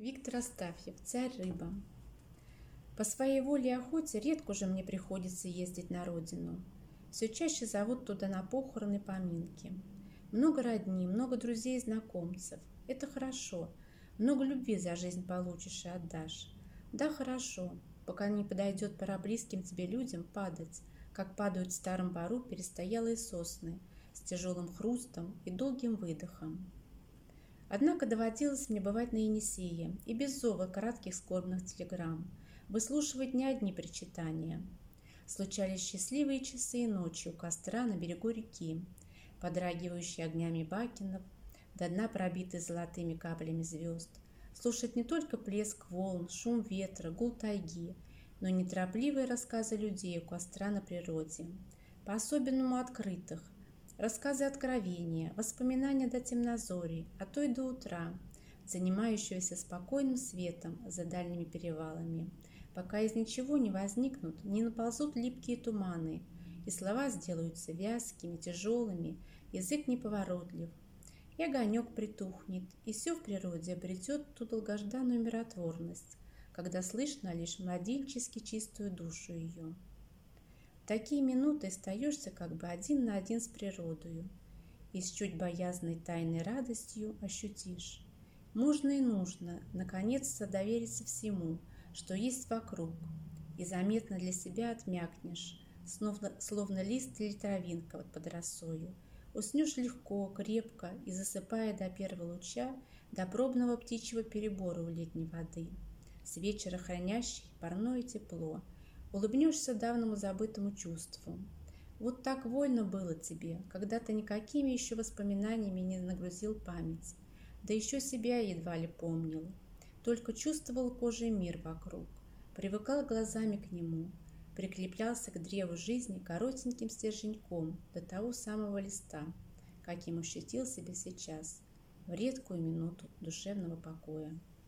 Виктор Астафьев, «Царь рыба». По своей воле и охоте редко уже мне приходится ездить на родину. Все чаще зовут туда на похороны и поминки. Много родни, много друзей и знакомцев. Это хорошо. Много любви за жизнь получишь и отдашь. Да, хорошо, пока не подойдет пора близким тебе людям падать, как падают в старом бору перестоялые сосны, с тяжелым хрустом и долгим выдохом. Однако доводилось мне бывать на Енисее и без зова кратких скорбных телеграмм, выслушивать не одни причитания. Случались счастливые часы и ночи у костра на берегу реки, подрагивающие огнями бакенов, до дна пробитый золотыми каплями звезд, слушать не только плеск волн, шум ветра, гул тайги, но и неторопливые рассказы людей у костра на природе, по-особенному открытых, рассказы откровения, воспоминания до темнозорий, а то и до утра, занимающегося спокойным светом за дальними перевалами, пока из ничего не возникнут, не наползут липкие туманы, и слова сделаются вязкими, тяжелыми, язык неповоротлив, и огонек притухнет, и все в природе обретет ту долгожданную миротворность, когда слышно лишь младенчески чистую душу ее. В такие минуты остаешься как бы один на один с природою, и с чуть боязной тайной радостью ощутишь. Можно и нужно, наконец-то, довериться всему, что есть вокруг, и заметно для себя отмякнешь, словно лист или травинка под росою. Уснешь легко, крепко и засыпая до первого луча, до пробного птичьего перебора у летней воды, с вечера хранящей парное тепло, улыбнешься давнему забытому чувству. Вот так вольно было тебе, когда ты никакими еще воспоминаниями не нагрузил память, да еще себя едва ли помнил, только чувствовал кожей мир вокруг, привыкал глазами к нему, прикреплялся к древу жизни коротеньким стерженьком до того самого листа, каким ощутил себя сейчас, в редкую минуту душевного покоя.